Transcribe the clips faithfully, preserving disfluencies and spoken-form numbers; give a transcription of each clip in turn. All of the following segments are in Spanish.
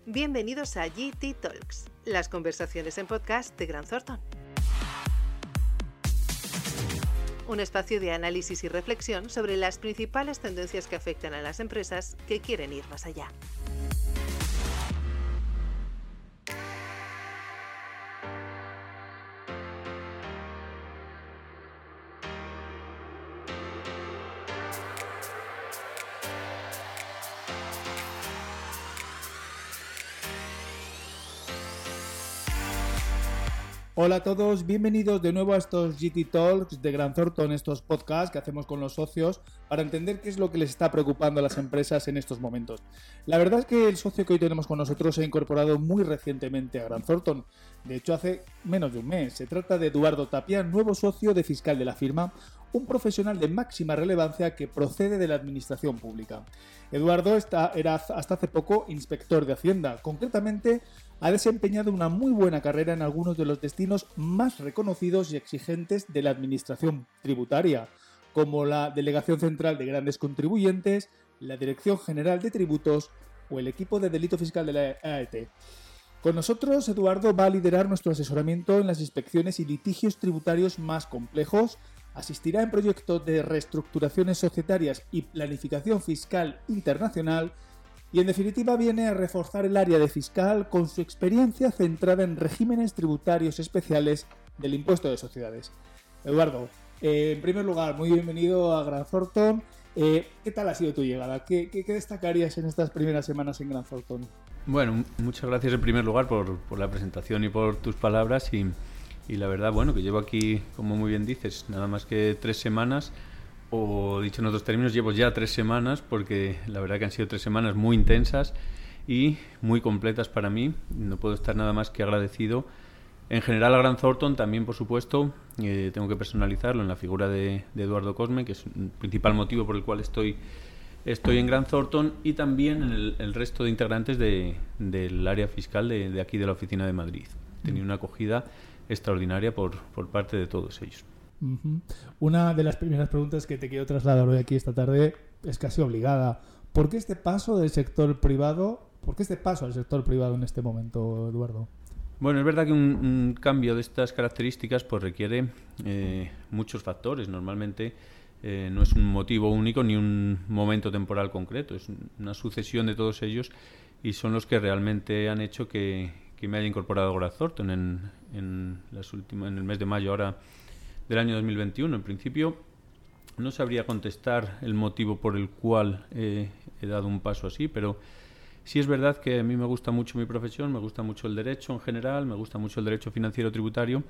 Bienvenidos a G T Talks, las conversaciones en podcast de Grant Thornton. Un espacio de análisis y reflexión sobre las principales tendencias que afectan a las empresas que quieren ir más allá. Hola a todos, bienvenidos de nuevo a estos G T Talks de Grant Thornton, estos podcasts que hacemos con los socios para entender qué es lo que les está preocupando a las empresas en estos momentos. La verdad es que el socio que hoy tenemos con nosotros se ha incorporado muy recientemente a Grant Thornton, de hecho hace menos de un mes. Se trata de Eduardo Tapia, nuevo socio de fiscal de la firma, un profesional de máxima relevancia que procede de la administración pública. Eduardo está, era hasta hace poco inspector de Hacienda, concretamente ha desempeñado una muy buena carrera en algunos de los destinos más reconocidos y exigentes de la administración tributaria, como la Delegación Central de Grandes Contribuyentes, la Dirección General de Tributos o el equipo de delito fiscal de la A E T. Con nosotros, Eduardo va a liderar nuestro asesoramiento en las inspecciones y litigios tributarios más complejos, asistirá en proyectos de reestructuraciones societarias y planificación fiscal internacional, y en definitiva viene a reforzar el área de fiscal con su experiencia centrada en regímenes tributarios especiales del impuesto de sociedades. Eduardo, eh, en primer lugar, muy bienvenido a Grant Thornton. Eh, ¿Qué tal ha sido tu llegada? ¿Qué, qué, qué destacarías en estas primeras semanas en Grant Thornton? Bueno, muchas gracias en primer lugar por, por la presentación y por tus palabras y, y la verdad, bueno, que llevo aquí, como muy bien dices, nada más que tres semanas. O dicho en otros términos, llevo ya tres semanas porque la verdad que han sido tres semanas muy intensas y muy completas para mí. No puedo estar nada más que agradecido en general a Grant Thornton, también por supuesto, eh, tengo que personalizarlo en la figura de, de Eduardo Cosme, que es el principal motivo por el cual estoy, estoy en Grant Thornton, y también en el, el resto de integrantes de, del área fiscal de, de aquí de la oficina de Madrid. He tenido una acogida extraordinaria por, por parte de todos ellos. Uh-huh. Una de las primeras preguntas que te quiero trasladar hoy aquí esta tarde es casi obligada. ¿Por qué este paso del sector privado? ¿Por qué este paso al sector privado en este momento, Eduardo? Bueno, es verdad que un, un cambio de estas características pues requiere eh, muchos factores. Normalmente eh, no es un motivo único ni un momento temporal concreto, es una sucesión de todos ellos y son los que realmente han hecho que, que me haya incorporado a Grant Thornton en, en, las últimas, en el mes de mayo ahora del año dos mil veintiuno. En principio no sabría contestar el motivo por el cual eh, he dado un paso así, pero sí es verdad que a mí me gusta mucho mi profesión, me gusta mucho el derecho en general, me gusta mucho el derecho financiero tributario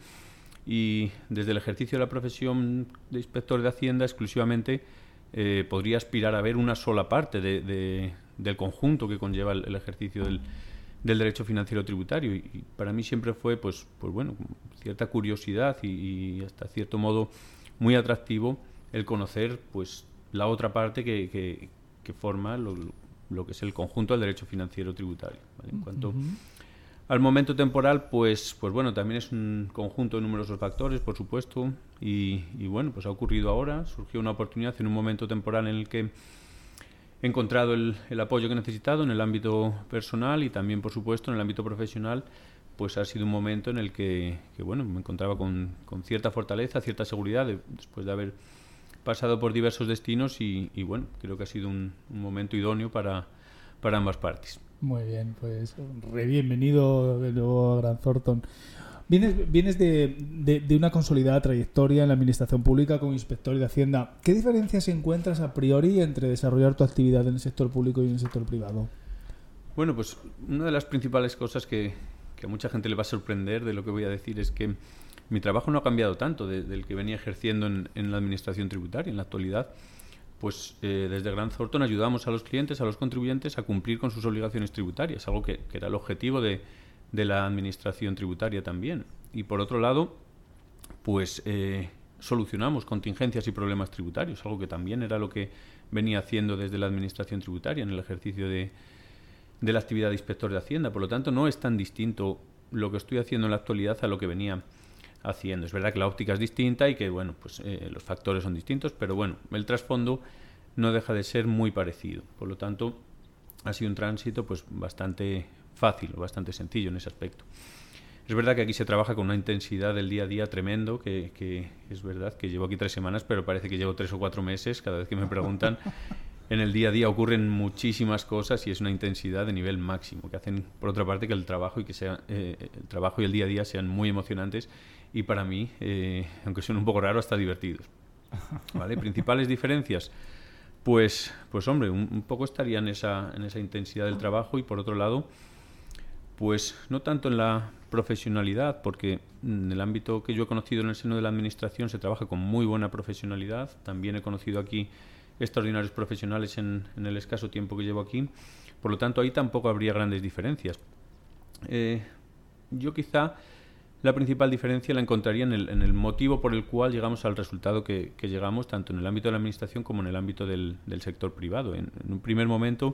y desde el ejercicio de la profesión de inspector de Hacienda exclusivamente eh, podría aspirar a ver una sola parte de, de, del conjunto que conlleva el, el ejercicio del del derecho financiero tributario y, y para mí siempre fue pues pues bueno cierta curiosidad y, y hasta cierto modo muy atractivo el conocer pues la otra parte que, que, que forma lo, lo que es el conjunto del derecho financiero tributario, ¿vale? En cuanto uh-huh. al momento temporal pues pues bueno también es un conjunto de numerosos factores por supuesto y, y bueno pues ha ocurrido ahora, surgió una oportunidad en un momento temporal en el que he encontrado el, el apoyo que he necesitado en el ámbito personal y también, por supuesto, en el ámbito profesional, pues ha sido un momento en el que, que bueno, me encontraba con, con cierta fortaleza, cierta seguridad, de, después de haber pasado por diversos destinos y, y bueno, creo que ha sido un, un momento idóneo para, para ambas partes. Muy bien, pues re bienvenido de nuevo a Grant Thornton. Vienes, vienes de, de, de una consolidada trayectoria en la administración pública como inspector de Hacienda. ¿Qué diferencias encuentras a priori entre desarrollar tu actividad en el sector público y en el sector privado? Bueno, pues una de las principales cosas que, que a mucha gente le va a sorprender de lo que voy a decir es que mi trabajo no ha cambiado tanto de, del que venía ejerciendo en, en la administración tributaria. En la actualidad, pues eh, desde Grant Thornton ayudamos a los clientes, a los contribuyentes a cumplir con sus obligaciones tributarias, algo que, que era el objetivo de de la administración tributaria también. Y por otro lado, pues eh, solucionamos contingencias y problemas tributarios, algo que también era lo que venía haciendo desde la administración tributaria en el ejercicio de, de la actividad de inspector de Hacienda. Por lo tanto, no es tan distinto lo que estoy haciendo en la actualidad a lo que venía haciendo. Es verdad que la óptica es distinta y que bueno, pues eh, los factores son distintos, pero bueno, el trasfondo no deja de ser muy parecido. Por lo tanto, ha sido un tránsito pues bastante fácil, bastante sencillo en ese aspecto. Es verdad que aquí se trabaja con una intensidad del día a día tremendo, que, que es verdad que llevo aquí tres semanas, pero parece que llevo tres o cuatro meses cada vez que me preguntan. En el día a día ocurren muchísimas cosas y es una intensidad de nivel máximo, que hacen, por otra parte, que el trabajo y que sea eh, el trabajo y el día a día sean muy emocionantes y para mí, eh, aunque suene un poco raro, hasta divertidos. ¿Vale? ¿Principales diferencias? Pues, pues hombre, un, un poco estaría en esa, en esa intensidad del trabajo y por otro lado, pues no tanto en la profesionalidad, porque en el ámbito que yo he conocido en el seno de la administración se trabaja con muy buena profesionalidad. También he conocido aquí extraordinarios profesionales en, en el escaso tiempo que llevo aquí. Por lo tanto, ahí tampoco habría grandes diferencias. Eh, yo quizá la principal diferencia la encontraría en el, en el motivo por el cual llegamos al resultado que, que llegamos, tanto en el ámbito de la administración como en el ámbito del, del sector privado. En, en un primer momento,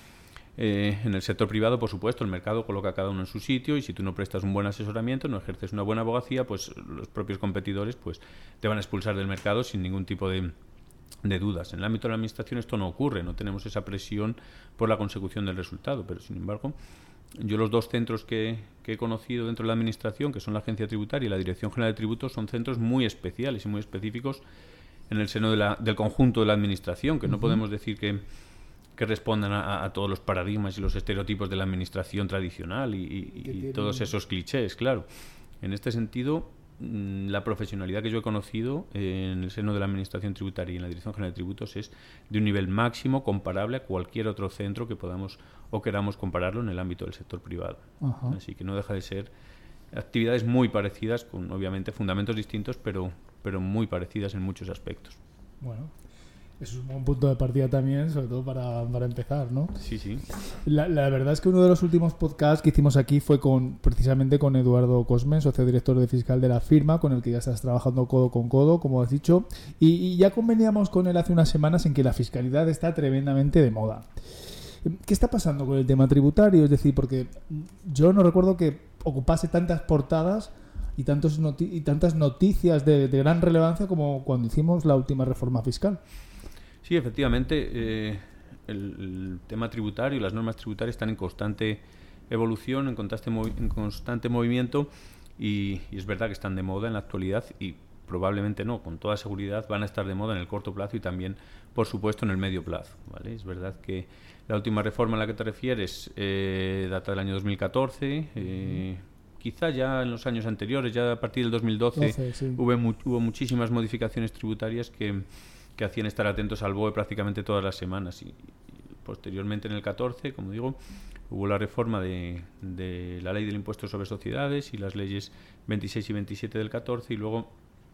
Eh, en el sector privado, por supuesto, el mercado coloca a cada uno en su sitio y si tú no prestas un buen asesoramiento, no ejerces una buena abogacía, pues los propios competidores pues te van a expulsar del mercado sin ningún tipo de, de dudas. En el ámbito de la administración esto no ocurre, no tenemos esa presión por la consecución del resultado, pero sin embargo, yo los dos centros que, que he conocido dentro de la administración, que son la Agencia Tributaria y la Dirección General de Tributos, son centros muy especiales y muy específicos en el seno de la, del conjunto de la administración, que no uh-huh. podemos decir que que respondan a, a todos los paradigmas y los estereotipos de la administración tradicional y, y, y todos esos clichés, claro. En este sentido, la profesionalidad que yo he conocido en el seno de la Administración Tributaria y en la Dirección General de Tributos es de un nivel máximo comparable a cualquier otro centro que podamos o queramos compararlo en el ámbito del sector privado. Uh-huh. Así que no deja de ser actividades muy parecidas, con obviamente fundamentos distintos, pero, pero muy parecidas en muchos aspectos. Bueno. Eso es un buen punto de partida también, sobre todo para, para empezar, ¿no? Sí, sí. La, la verdad es que uno de los últimos podcasts que hicimos aquí fue con precisamente con Eduardo Cosmen, socio director de fiscal de la firma, con el que ya estás trabajando codo con codo, como has dicho, y, y ya conveníamos con él hace unas semanas en que la fiscalidad está tremendamente de moda. ¿Qué está pasando con el tema tributario? Es decir, porque yo no recuerdo que ocupase tantas portadas y, tantos noti- y tantas noticias de, de gran relevancia como cuando hicimos la última reforma fiscal. Sí, efectivamente, eh, el, el tema tributario y las normas tributarias están en constante evolución, en constante, movi- en constante movimiento y, y es verdad que están de moda en la actualidad y probablemente no, con toda seguridad van a estar de moda en el corto plazo y también, por supuesto, en el medio plazo, ¿vale? Es verdad que la última reforma a la que te refieres eh, data del año dos mil catorce, eh, quizá ya en los años anteriores, ya a partir del dos mil doce, doce, sí. hubo, mu- hubo muchísimas modificaciones tributarias que que hacían estar atentos al B O E prácticamente todas las semanas y, y posteriormente en el catorce, como digo, hubo la reforma de, de la ley del impuesto sobre sociedades y las leyes veintiséis y veintisiete del catorce y luego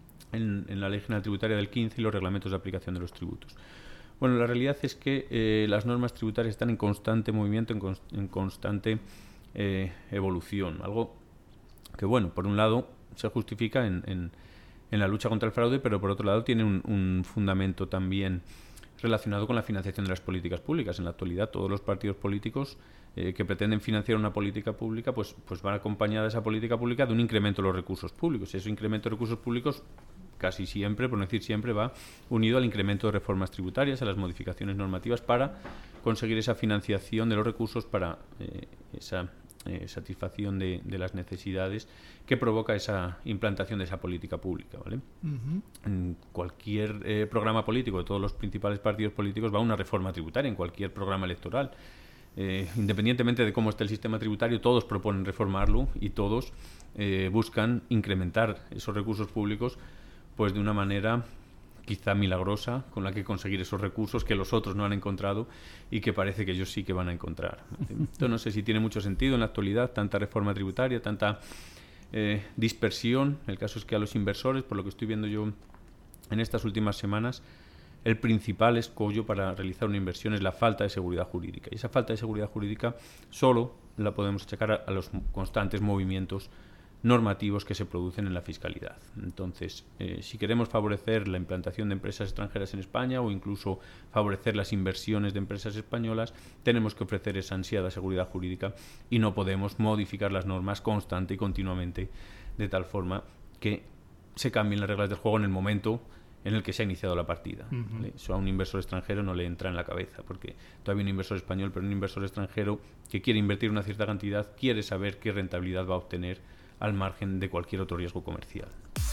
en, en la ley general tributaria del quince y los reglamentos de aplicación de los tributos. Bueno, la realidad es que eh, las normas tributarias están en constante movimiento, en, const, en constante eh, evolución, algo que, bueno, por un lado se justifica en, en en la lucha contra el fraude, pero por otro lado tiene un, un fundamento también relacionado con la financiación de las políticas públicas. En la actualidad todos los partidos políticos eh, que pretenden financiar una política pública pues, pues van acompañada esa política pública de un incremento de los recursos públicos. Ese incremento de recursos públicos casi siempre, por no decir siempre, va unido al incremento de reformas tributarias, a las modificaciones normativas para conseguir esa financiación de los recursos para eh, esa Eh, satisfacción de, de las necesidades que provoca esa implantación de esa política pública, ¿vale? Uh-huh. En cualquier eh, programa político de todos los principales partidos políticos va una reforma tributaria, en cualquier programa electoral. Eh, independientemente de cómo esté el sistema tributario, todos proponen reformarlo y todos eh, buscan incrementar esos recursos públicos pues de una manera quizá milagrosa, con la que conseguir esos recursos que los otros no han encontrado y que parece que ellos sí que van a encontrar. Entonces no sé si tiene mucho sentido en la actualidad tanta reforma tributaria, tanta eh, dispersión. El caso es que a los inversores, por lo que estoy viendo yo en estas últimas semanas, el principal escollo para realizar una inversión es la falta de seguridad jurídica. Y esa falta de seguridad jurídica solo la podemos achacar a, a los constantes movimientos normativos que se producen en la fiscalidad. Entonces, eh, si queremos favorecer la implantación de empresas extranjeras en España o incluso favorecer las inversiones de empresas españolas, tenemos que ofrecer esa ansiada seguridad jurídica y no podemos modificar las normas constante y continuamente de tal forma que se cambien las reglas del juego en el momento en el que se ha iniciado la partida. Uh-huh. ¿Vale? Eso a un inversor extranjero no le entra en la cabeza, porque todavía un inversor español, pero un inversor extranjero que quiere invertir una cierta cantidad, quiere saber qué rentabilidad va a obtener al margen de cualquier otro riesgo comercial.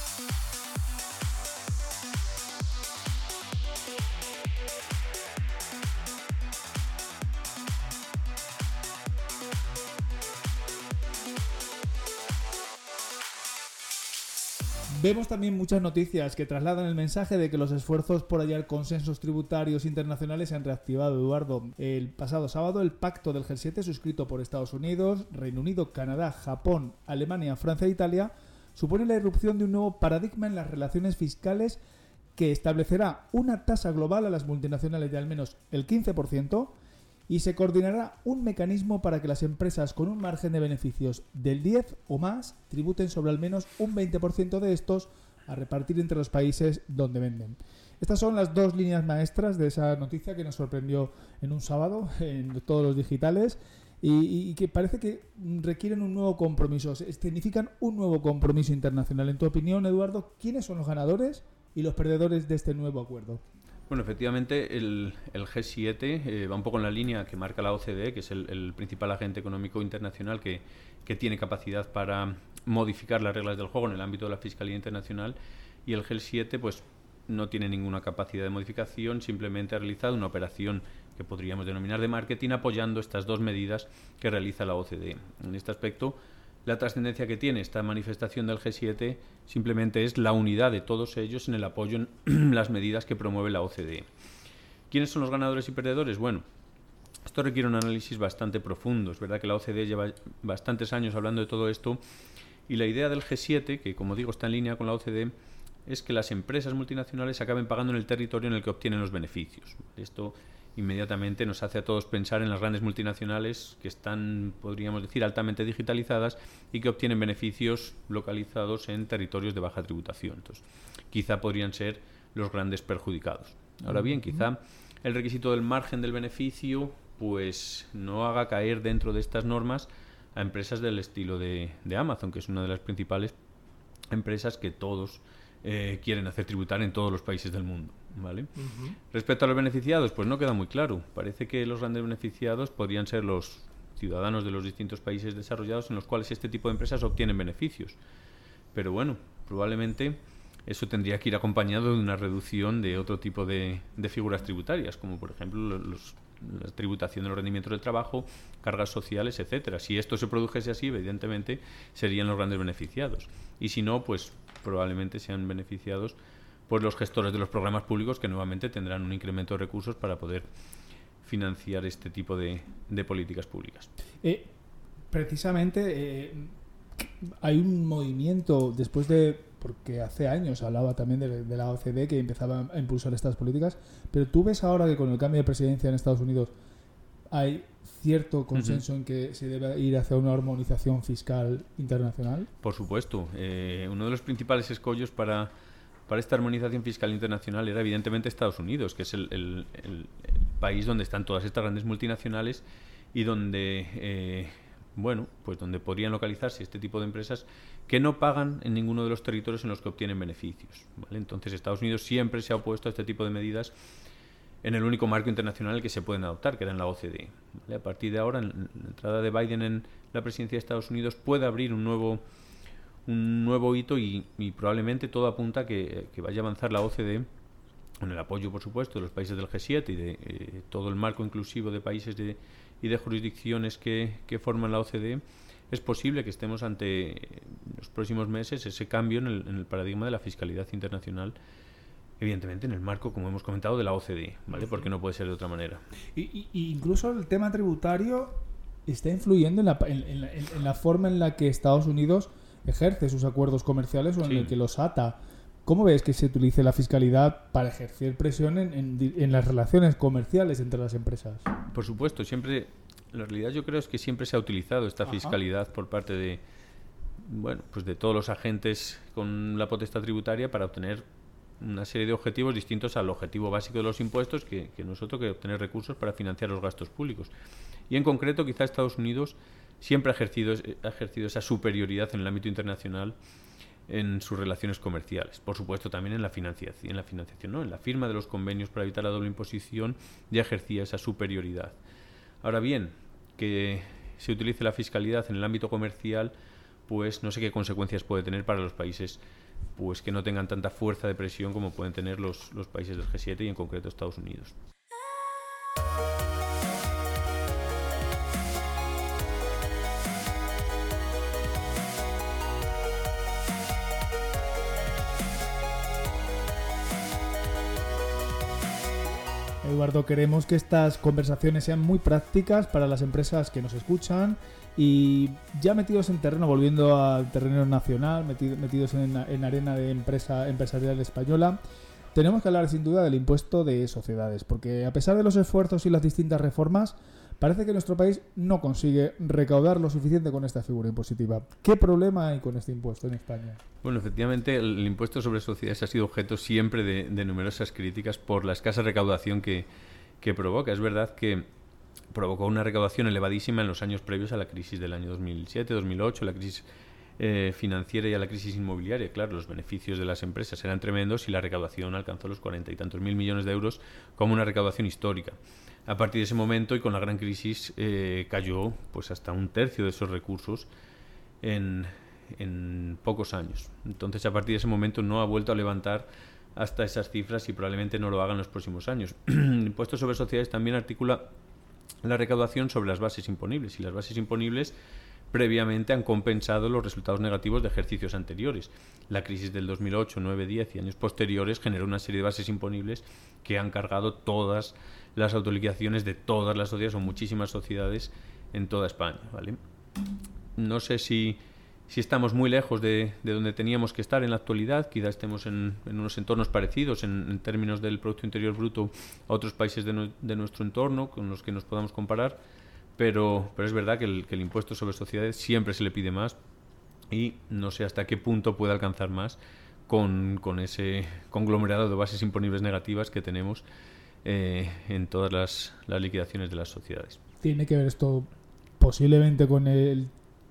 Vemos también muchas noticias que trasladan el mensaje de que los esfuerzos por hallar consensos tributarios internacionales se han reactivado, Eduardo. El pasado sábado, el pacto del G siete, suscrito por Estados Unidos, Reino Unido, Canadá, Japón, Alemania, Francia e Italia, supone la irrupción de un nuevo paradigma en las relaciones fiscales que establecerá una tasa global a las multinacionales de al menos el quince por ciento y se coordinará un mecanismo para que las empresas con un margen de beneficios del diez o más tributen sobre al menos un veinte por ciento de estos a repartir entre los países donde venden. Estas son las dos líneas maestras de esa noticia que nos sorprendió en un sábado en todos los digitales y, y que parece que requieren un nuevo compromiso, significan un nuevo compromiso internacional. En tu opinión, Eduardo, ¿quiénes son los ganadores y los perdedores de este nuevo acuerdo? Bueno, efectivamente, el, el G siete eh, va un poco en la línea que marca la O C D E, que es el, el principal agente económico internacional que, que tiene capacidad para modificar las reglas del juego en el ámbito de la fiscalía internacional, y el G siete pues no tiene ninguna capacidad de modificación, simplemente ha realizado una operación que podríamos denominar de marketing apoyando estas dos medidas que realiza la O C D E. En este aspecto, la trascendencia que tiene esta manifestación del G siete simplemente es la unidad de todos ellos en el apoyo en las medidas que promueve la O C D E. ¿Quiénes son los ganadores y perdedores? Bueno, esto requiere un análisis bastante profundo. Es verdad que la O C D E lleva bastantes años hablando de todo esto y la idea del G siete, que como digo está en línea con la O C D E, es que las empresas multinacionales acaben pagando en el territorio en el que obtienen los beneficios. Esto inmediatamente nos hace a todos pensar en las grandes multinacionales que están, podríamos decir, altamente digitalizadas y que obtienen beneficios localizados en territorios de baja tributación. Entonces, quizá podrían ser los grandes perjudicados. Ahora bien, quizá el requisito del margen del beneficio pues no haga caer dentro de estas normas a empresas del estilo de, de Amazon, que es una de las principales empresas que todos eh, quieren hacer tributar en todos los países del mundo. ¿Vale? Uh-huh. Respecto a los beneficiados, pues no queda muy claro. Parece que los grandes beneficiados podrían ser los ciudadanos de los distintos países desarrollados en los cuales este tipo de empresas obtienen beneficios. Pero bueno, probablemente eso tendría que ir acompañado de una reducción de otro tipo de, de figuras tributarias, como por ejemplo los, la tributación de los rendimientos del trabajo, cargas sociales, etcétera. Si esto se produjese así, evidentemente serían los grandes beneficiados. Y si no, pues probablemente sean beneficiados pues los gestores de los programas públicos, que nuevamente tendrán un incremento de recursos para poder financiar este tipo de, de políticas públicas. Eh, precisamente eh, hay un movimiento después de, porque hace años hablaba también de, de la O C D E que empezaba a impulsar estas políticas, pero tú ves ahora que con el cambio de presidencia en Estados Unidos hay cierto consenso uh-huh. en que se debe ir hacia una armonización fiscal internacional. Por supuesto. Eh, uno de los principales escollos para Para esta armonización fiscal internacional era evidentemente Estados Unidos, que es el, el, el, el país donde están todas estas grandes multinacionales y donde, eh, bueno, pues donde podrían localizarse este tipo de empresas que no pagan en ninguno de los territorios en los que obtienen beneficios, ¿vale? Entonces Estados Unidos siempre se ha opuesto a este tipo de medidas en el único marco internacional en el que se pueden adoptar, que era en la O C D E. ¿Vale? A partir de ahora, en la entrada de Biden en la presidencia de Estados Unidos puede abrir un nuevo un nuevo hito y, y probablemente todo apunta a que, que vaya a avanzar la O C D E con el apoyo, por supuesto, de los países del G siete y de eh, todo el marco inclusivo de países de, y de jurisdicciones que, que forman la O C D E. Es posible que estemos ante los próximos meses ese cambio en el, en el paradigma de la fiscalidad internacional, evidentemente en el marco, como hemos comentado, de la O C D E, ¿vale? Porque no puede ser de otra manera. Y, y, y incluso el tema tributario está influyendo en la, en, en, en, en la forma en la que Estados Unidos ejerce sus acuerdos comerciales o en sí. el que los ata. ¿Cómo ves que se utilice la fiscalidad para ejercer presión en, en, en las relaciones comerciales entre las empresas? Por supuesto, siempre, la realidad yo creo es que siempre se ha utilizado esta Ajá. fiscalidad por parte de, bueno, pues de todos los agentes con la potestad tributaria para obtener una serie de objetivos distintos al objetivo básico de los impuestos, que, que no es otro que obtener recursos para financiar los gastos públicos. Y en concreto, quizá Estados Unidos siempre ha ejercido, ha ejercido esa superioridad en el ámbito internacional en sus relaciones comerciales. Por supuesto, también en la financiación, en la financiación, ¿no? En la firma de los convenios para evitar la doble imposición ya ejercía esa superioridad. Ahora bien, que se utilice la fiscalidad en el ámbito comercial, pues no sé qué consecuencias puede tener para los países pues que no tengan tanta fuerza de presión como pueden tener los, los países del G siete y en concreto Estados Unidos. Eduardo, queremos que estas conversaciones sean muy prácticas para las empresas que nos escuchan y ya metidos en terreno, volviendo al terreno nacional, metidos en, en arena de empresa empresarial española, tenemos que hablar sin duda del impuesto de sociedades, porque a pesar de los esfuerzos y las distintas reformas, parece que nuestro país no consigue recaudar lo suficiente con esta figura impositiva. ¿Qué problema hay con este impuesto en España? Bueno, efectivamente, el, el impuesto sobre sociedades ha sido objeto siempre de, de numerosas críticas por la escasa recaudación que, que provoca. Es verdad que provocó una recaudación elevadísima en los años previos a la crisis del año dos mil siete, dos mil ocho, la crisis eh, financiera y a la crisis inmobiliaria. Claro, los beneficios de las empresas eran tremendos y la recaudación alcanzó los cuarenta y tantos mil millones de euros como una recaudación histórica. A partir de ese momento y con la gran crisis eh, cayó pues hasta un tercio de esos recursos en, en pocos años. Entonces, a partir de ese momento no ha vuelto a levantar hasta esas cifras y probablemente no lo haga en los próximos años. El impuesto sobre sociedades también articula la recaudación sobre las bases imponibles, y las bases imponibles previamente han compensado los resultados negativos de ejercicios anteriores. La crisis del dos mil ocho, nueve, diez y años posteriores generó una serie de bases imponibles que han cargado todas las autoliquidaciones de todas las sociedades o muchísimas sociedades en toda España, ¿vale? No sé si, si estamos muy lejos de, de donde teníamos que estar en la actualidad, quizá estemos en, en unos entornos parecidos en, en términos del Producto Interior Bruto a otros países de, no, de nuestro entorno con los que nos podamos comparar, pero, pero es verdad que el, que el impuesto sobre sociedades siempre se le pide más y no sé hasta qué punto puede alcanzar más con, con ese conglomerado de bases imponibles negativas que tenemos eh, en todas las, las liquidaciones de las sociedades. ¿Tiene que ver esto posiblemente con el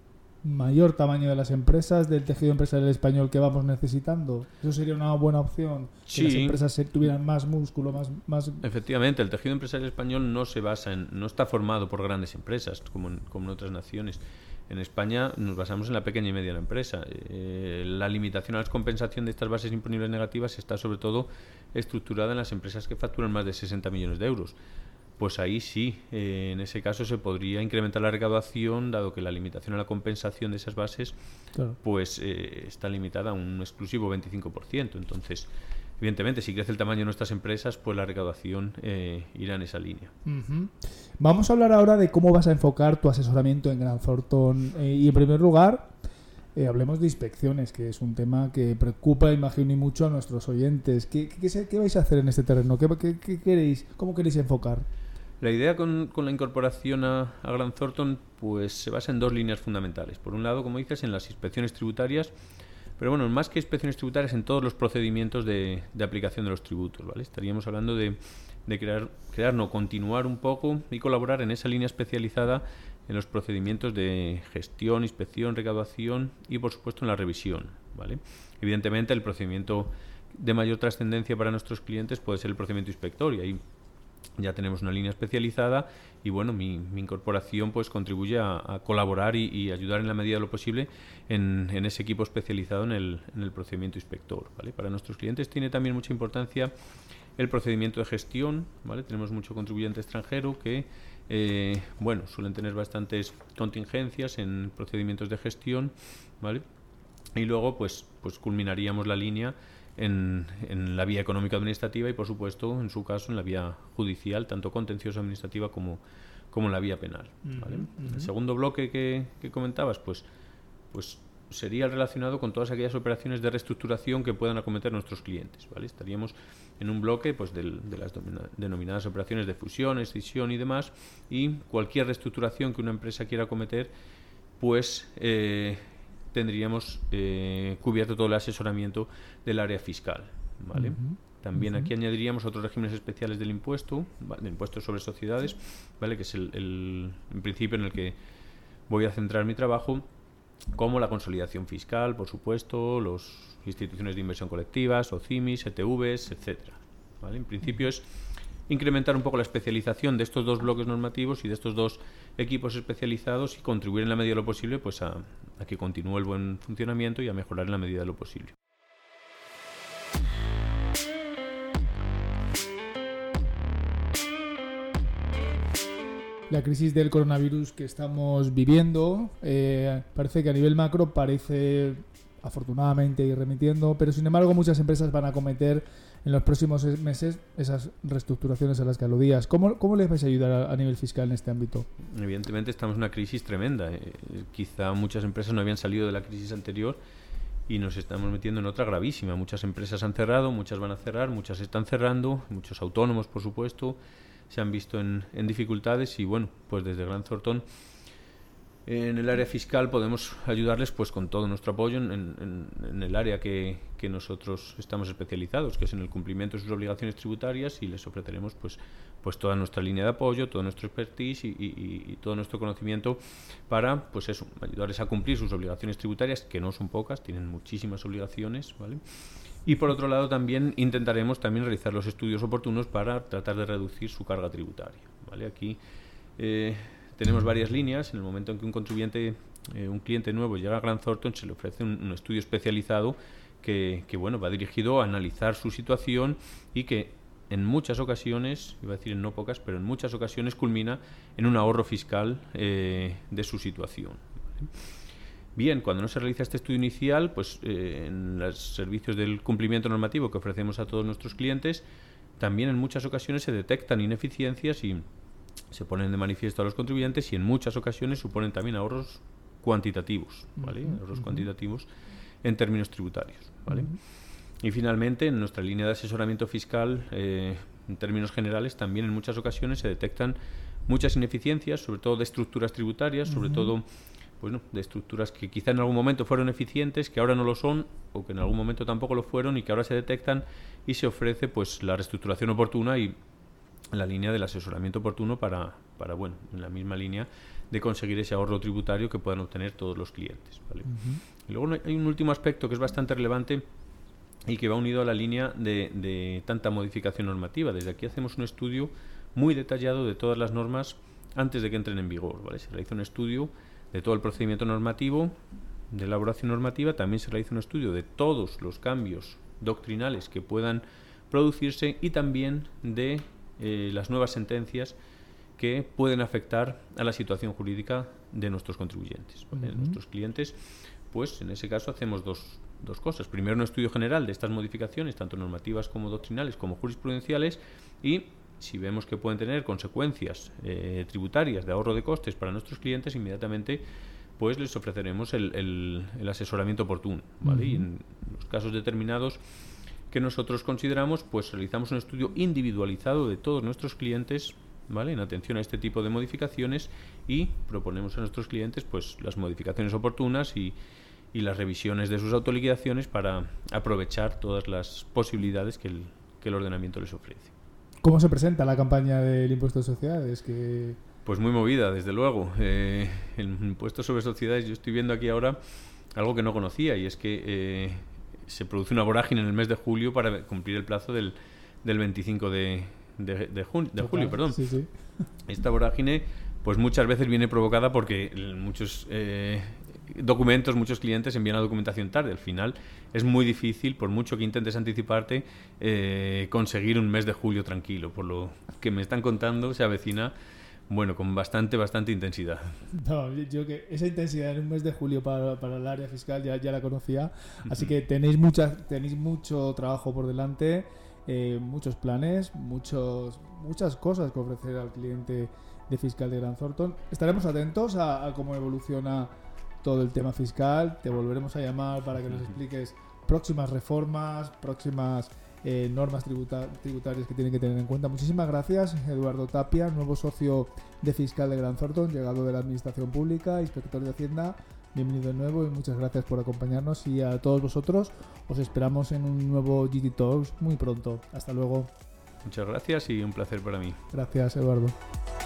mayor tamaño de las empresas, del tejido empresarial español que vamos necesitando? ¿Eso sería una buena opción? Sí. Que las empresas tuvieran más músculo, más, más... Efectivamente, el tejido empresarial español no se basa en, no está formado por grandes empresas como en, como en otras naciones. En España nos basamos en la pequeña y mediana empresa. Eh, la limitación a la compensación de estas bases imponibles negativas está sobre todo estructurada en las empresas que facturan más de sesenta millones de euros. Pues ahí sí, eh, en ese caso se podría incrementar la recaudación, dado que la limitación a la compensación de esas bases claro. pues eh, está limitada a un exclusivo veinticinco por ciento. Entonces, evidentemente, si crece el tamaño de nuestras empresas, pues la recaudación eh, irá en esa línea. Uh-huh. Vamos a hablar ahora de cómo vas a enfocar tu asesoramiento en Grant Thornton. Eh, y en primer lugar, eh, hablemos de inspecciones, que es un tema que preocupa, imagino, y mucho a nuestros oyentes. ¿Qué, qué, qué, qué vais a hacer en este terreno? ¿Qué, qué, qué queréis? ¿Cómo queréis enfocar? La idea con, con la incorporación a, a Grant Thornton pues se basa en dos líneas fundamentales. Por un lado, como dices, en las inspecciones tributarias, pero bueno, más que inspecciones tributarias, en todos los procedimientos de, de aplicación de los tributos, ¿vale? Estaríamos hablando de, de crear, crear, no, continuar un poco y colaborar en esa línea especializada en los procedimientos de gestión, inspección, recaudación y, por supuesto, en la revisión, ¿vale? Evidentemente, el procedimiento de mayor trascendencia para nuestros clientes puede ser el procedimiento inspector, y ahí ya tenemos una línea especializada y bueno, mi, mi incorporación pues contribuye a, a colaborar y, y ayudar en la medida de lo posible en, en ese equipo especializado en el, en el procedimiento inspector, ¿vale? Para nuestros clientes tiene también mucha importancia el procedimiento de gestión, ¿vale? Tenemos mucho contribuyente extranjero que eh, bueno, suelen tener bastantes contingencias en procedimientos de gestión, ¿vale? Y luego pues, pues culminaríamos la línea En, en la vía económica administrativa y, por supuesto, en su caso, en la vía judicial, tanto contencioso administrativa como, como en la vía penal, ¿vale? Uh-huh. El segundo bloque que, que comentabas, pues, pues sería relacionado con todas aquellas operaciones de reestructuración que puedan acometer nuestros clientes, ¿vale? Estaríamos en un bloque pues del, de las domina, denominadas operaciones de fusión, escisión y demás, y cualquier reestructuración que una empresa quiera acometer, pues eh, tendríamos eh, cubierto todo el asesoramiento del área fiscal, ¿vale? Uh-huh. También uh-huh. aquí añadiríamos otros regímenes especiales del impuesto, ¿vale? Del impuesto sobre sociedades, ¿vale? Que es el, el, el principio en el que voy a centrar mi trabajo, como la consolidación fiscal, por supuesto, las instituciones de inversión colectivas, O C I M Is, E T Vs, etcétera. ¿Vale? En principio es incrementar un poco la especialización de estos dos bloques normativos y de estos dos equipos especializados y contribuir en la medida de lo posible pues a, a que continúe el buen funcionamiento y a mejorar en la medida de lo posible. La crisis del coronavirus que estamos viviendo eh, parece que a nivel macro parece afortunadamente ir remitiendo, pero sin embargo muchas empresas van a cometer en los próximos meses esas reestructuraciones a las que aludías. ¿Cómo, cómo les vais a ayudar a, a nivel fiscal en este ámbito? Evidentemente estamos en una crisis tremenda. Eh, quizá muchas empresas no habían salido de la crisis anterior y nos estamos metiendo en otra gravísima. Muchas empresas han cerrado, muchas van a cerrar, muchas están cerrando, muchos autónomos, por supuesto, se han visto en, en dificultades y bueno, pues desde Grant Thornton en el área fiscal podemos ayudarles pues con todo nuestro apoyo en, en, en el área que, que nosotros estamos especializados, que es en el cumplimiento de sus obligaciones tributarias, y les ofreceremos pues, pues toda nuestra línea de apoyo, todo nuestro expertise y, y, y todo nuestro conocimiento para pues eso, ayudarles a cumplir sus obligaciones tributarias, que no son pocas, tienen muchísimas obligaciones, ¿vale? Y por otro lado también intentaremos también realizar los estudios oportunos para tratar de reducir su carga tributaria, ¿vale? Aquí eh, tenemos varias líneas. En el momento en que un contribuyente, eh, un cliente nuevo llega a Grant Thornton, se le ofrece un, un estudio especializado que, que bueno, va dirigido a analizar su situación y que en muchas ocasiones, iba a decir en no pocas, pero en muchas ocasiones culmina en un ahorro fiscal eh, de su situación, ¿vale? Bien, cuando no se realiza este estudio inicial, pues eh, en los servicios del cumplimiento normativo que ofrecemos a todos nuestros clientes, también en muchas ocasiones se detectan ineficiencias y se ponen de manifiesto a los contribuyentes, y en muchas ocasiones suponen también ahorros cuantitativos, ¿vale? Uh-huh, ahorros uh-huh. cuantitativos en términos tributarios, ¿vale? Uh-huh. Y finalmente, en nuestra línea de asesoramiento fiscal, eh, en términos generales, también en muchas ocasiones se detectan muchas ineficiencias, sobre todo de estructuras tributarias, uh-huh. sobre todo pues no, de estructuras que quizá en algún momento fueron eficientes, que ahora no lo son, o que en algún momento tampoco lo fueron y que ahora se detectan, y se ofrece pues la reestructuración oportuna y la línea del asesoramiento oportuno para, para bueno, en la misma línea de conseguir ese ahorro tributario que puedan obtener todos los clientes, ¿vale? Uh-huh. Y luego hay un último aspecto que es bastante relevante y que va unido a la línea de, de tanta modificación normativa. Desde aquí hacemos un estudio muy detallado de todas las normas antes de que entren en vigor, ¿vale? Se realiza un estudio de todo el procedimiento normativo, de elaboración normativa. También se realiza un estudio de todos los cambios doctrinales que puedan producirse y también de eh, las nuevas sentencias que pueden afectar a la situación jurídica de nuestros contribuyentes, ¿vale? Uh-huh. Nuestros clientes, pues en ese caso hacemos dos, dos cosas. Primero, un estudio general de estas modificaciones, tanto normativas como doctrinales como jurisprudenciales, y si vemos que pueden tener consecuencias eh, tributarias de ahorro de costes para nuestros clientes, inmediatamente pues les ofreceremos el, el, el asesoramiento oportuno, ¿vale? Uh-huh. Y en los casos determinados que nosotros consideramos, pues realizamos un estudio individualizado de todos nuestros clientes, ¿vale? En atención a este tipo de modificaciones, y proponemos a nuestros clientes pues las modificaciones oportunas y, y las revisiones de sus autoliquidaciones para aprovechar todas las posibilidades que el, que el ordenamiento les ofrece. ¿Cómo se presenta la campaña del impuesto de sociedades? Que... Pues muy movida, desde luego. Eh, el impuesto sobre sociedades, yo estoy viendo aquí ahora algo que no conocía, y es que eh, se produce una vorágine en el mes de julio para cumplir el plazo del, del veinticinco de, de, de, jun- de julio. Perdón. Sí, sí. Esta vorágine pues muchas veces viene provocada porque muchos eh, documentos, muchos clientes envían la documentación tarde. Al final es muy difícil, por mucho que intentes anticiparte, eh, conseguir un mes de julio tranquilo. Por lo que me están contando, se avecina, bueno, con bastante, bastante intensidad. No, yo que esa intensidad en un mes de julio para, para el área fiscal ya, ya la conocía. Así que tenéis mucha, tenéis mucho trabajo por delante, eh, muchos planes, muchos, muchas cosas que ofrecer al cliente de fiscal de Grant Thornton. Estaremos atentos a, a cómo evoluciona todo el tema fiscal. Te volveremos a llamar para que nos expliques próximas reformas, próximas eh, normas tributa- tributarias que tienen que tener en cuenta. Muchísimas gracias, Eduardo Tapia, nuevo socio de fiscal de Grant Thornton, llegado de la Administración Pública, inspector de Hacienda. Bienvenido de nuevo y muchas gracias por acompañarnos, y a todos vosotros os esperamos en un nuevo G T Talks muy pronto. Hasta luego. Muchas gracias y un placer para mí. Gracias, Eduardo.